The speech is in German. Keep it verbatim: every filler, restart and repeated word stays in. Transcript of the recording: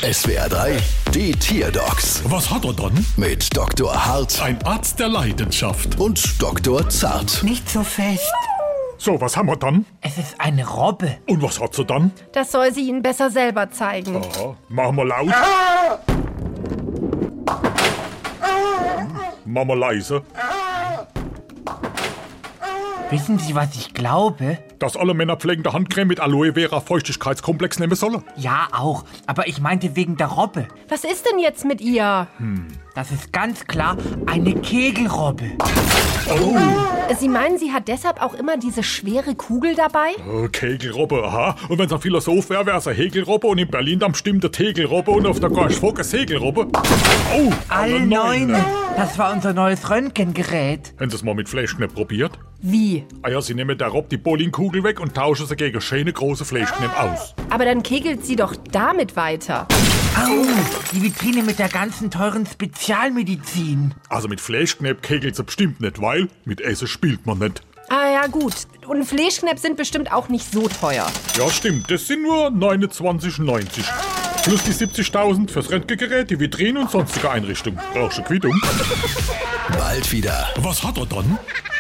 S W R drei, die Tierdocs Was hat er dann? mit Doktor Hart Ein Arzt der Leidenschaft. und Doktor Zart. Nicht so fest. So, was haben wir dann? Es ist eine Robbe. Und was hat sie dann? Das soll sie Ihnen besser selber zeigen. Aha, machen wir laut. Machen wir leise. Wissen Sie, was ich glaube? Dass alle Männer pflegende Handcreme mit Aloe Vera Feuchtigkeitskomplex nehmen sollen. Ja, auch. Aber ich meinte wegen der Robbe. Was ist denn jetzt mit ihr? Das ist ganz klar eine Kegelrobbe. Oh, Sie meinen, sie hat deshalb auch immer diese schwere Kugel dabei? äh, Kegelrobbe, aha. Und wenn es ein Philosoph wäre, wäre es eine Hegelrobbe und in Berlin dann bestimmt eine Tegelrobbe und auf der Gorschfock eine Segelrobbe. Oh, Alle neun. Das war unser neues Röntgengerät. Haben Sie es mal mit Fleischknepp probiert? Wie? Ah ja, Sie nehmen der Rob die Bowlingkugel weg und tauschen sie gegen schöne große Fleischknepp aus. Aber dann kegelt sie doch damit weiter. Au, die Vitrine mit der ganzen teuren Spezialmedizin. Also mit Fleischknepp kegelt sie bestimmt nicht, weil mit Essen spielt man nicht. Ah ja, gut. Und Fleischknepp sind bestimmt auch nicht so teuer. Ja, stimmt, das sind nur neunundzwanzig neunzig. Plus die siebzigtausend fürs Röntgengerät, die Vitrine und sonstige Einrichtungen. Brauchst du Quittung? Bald wieder. Was hat er dann?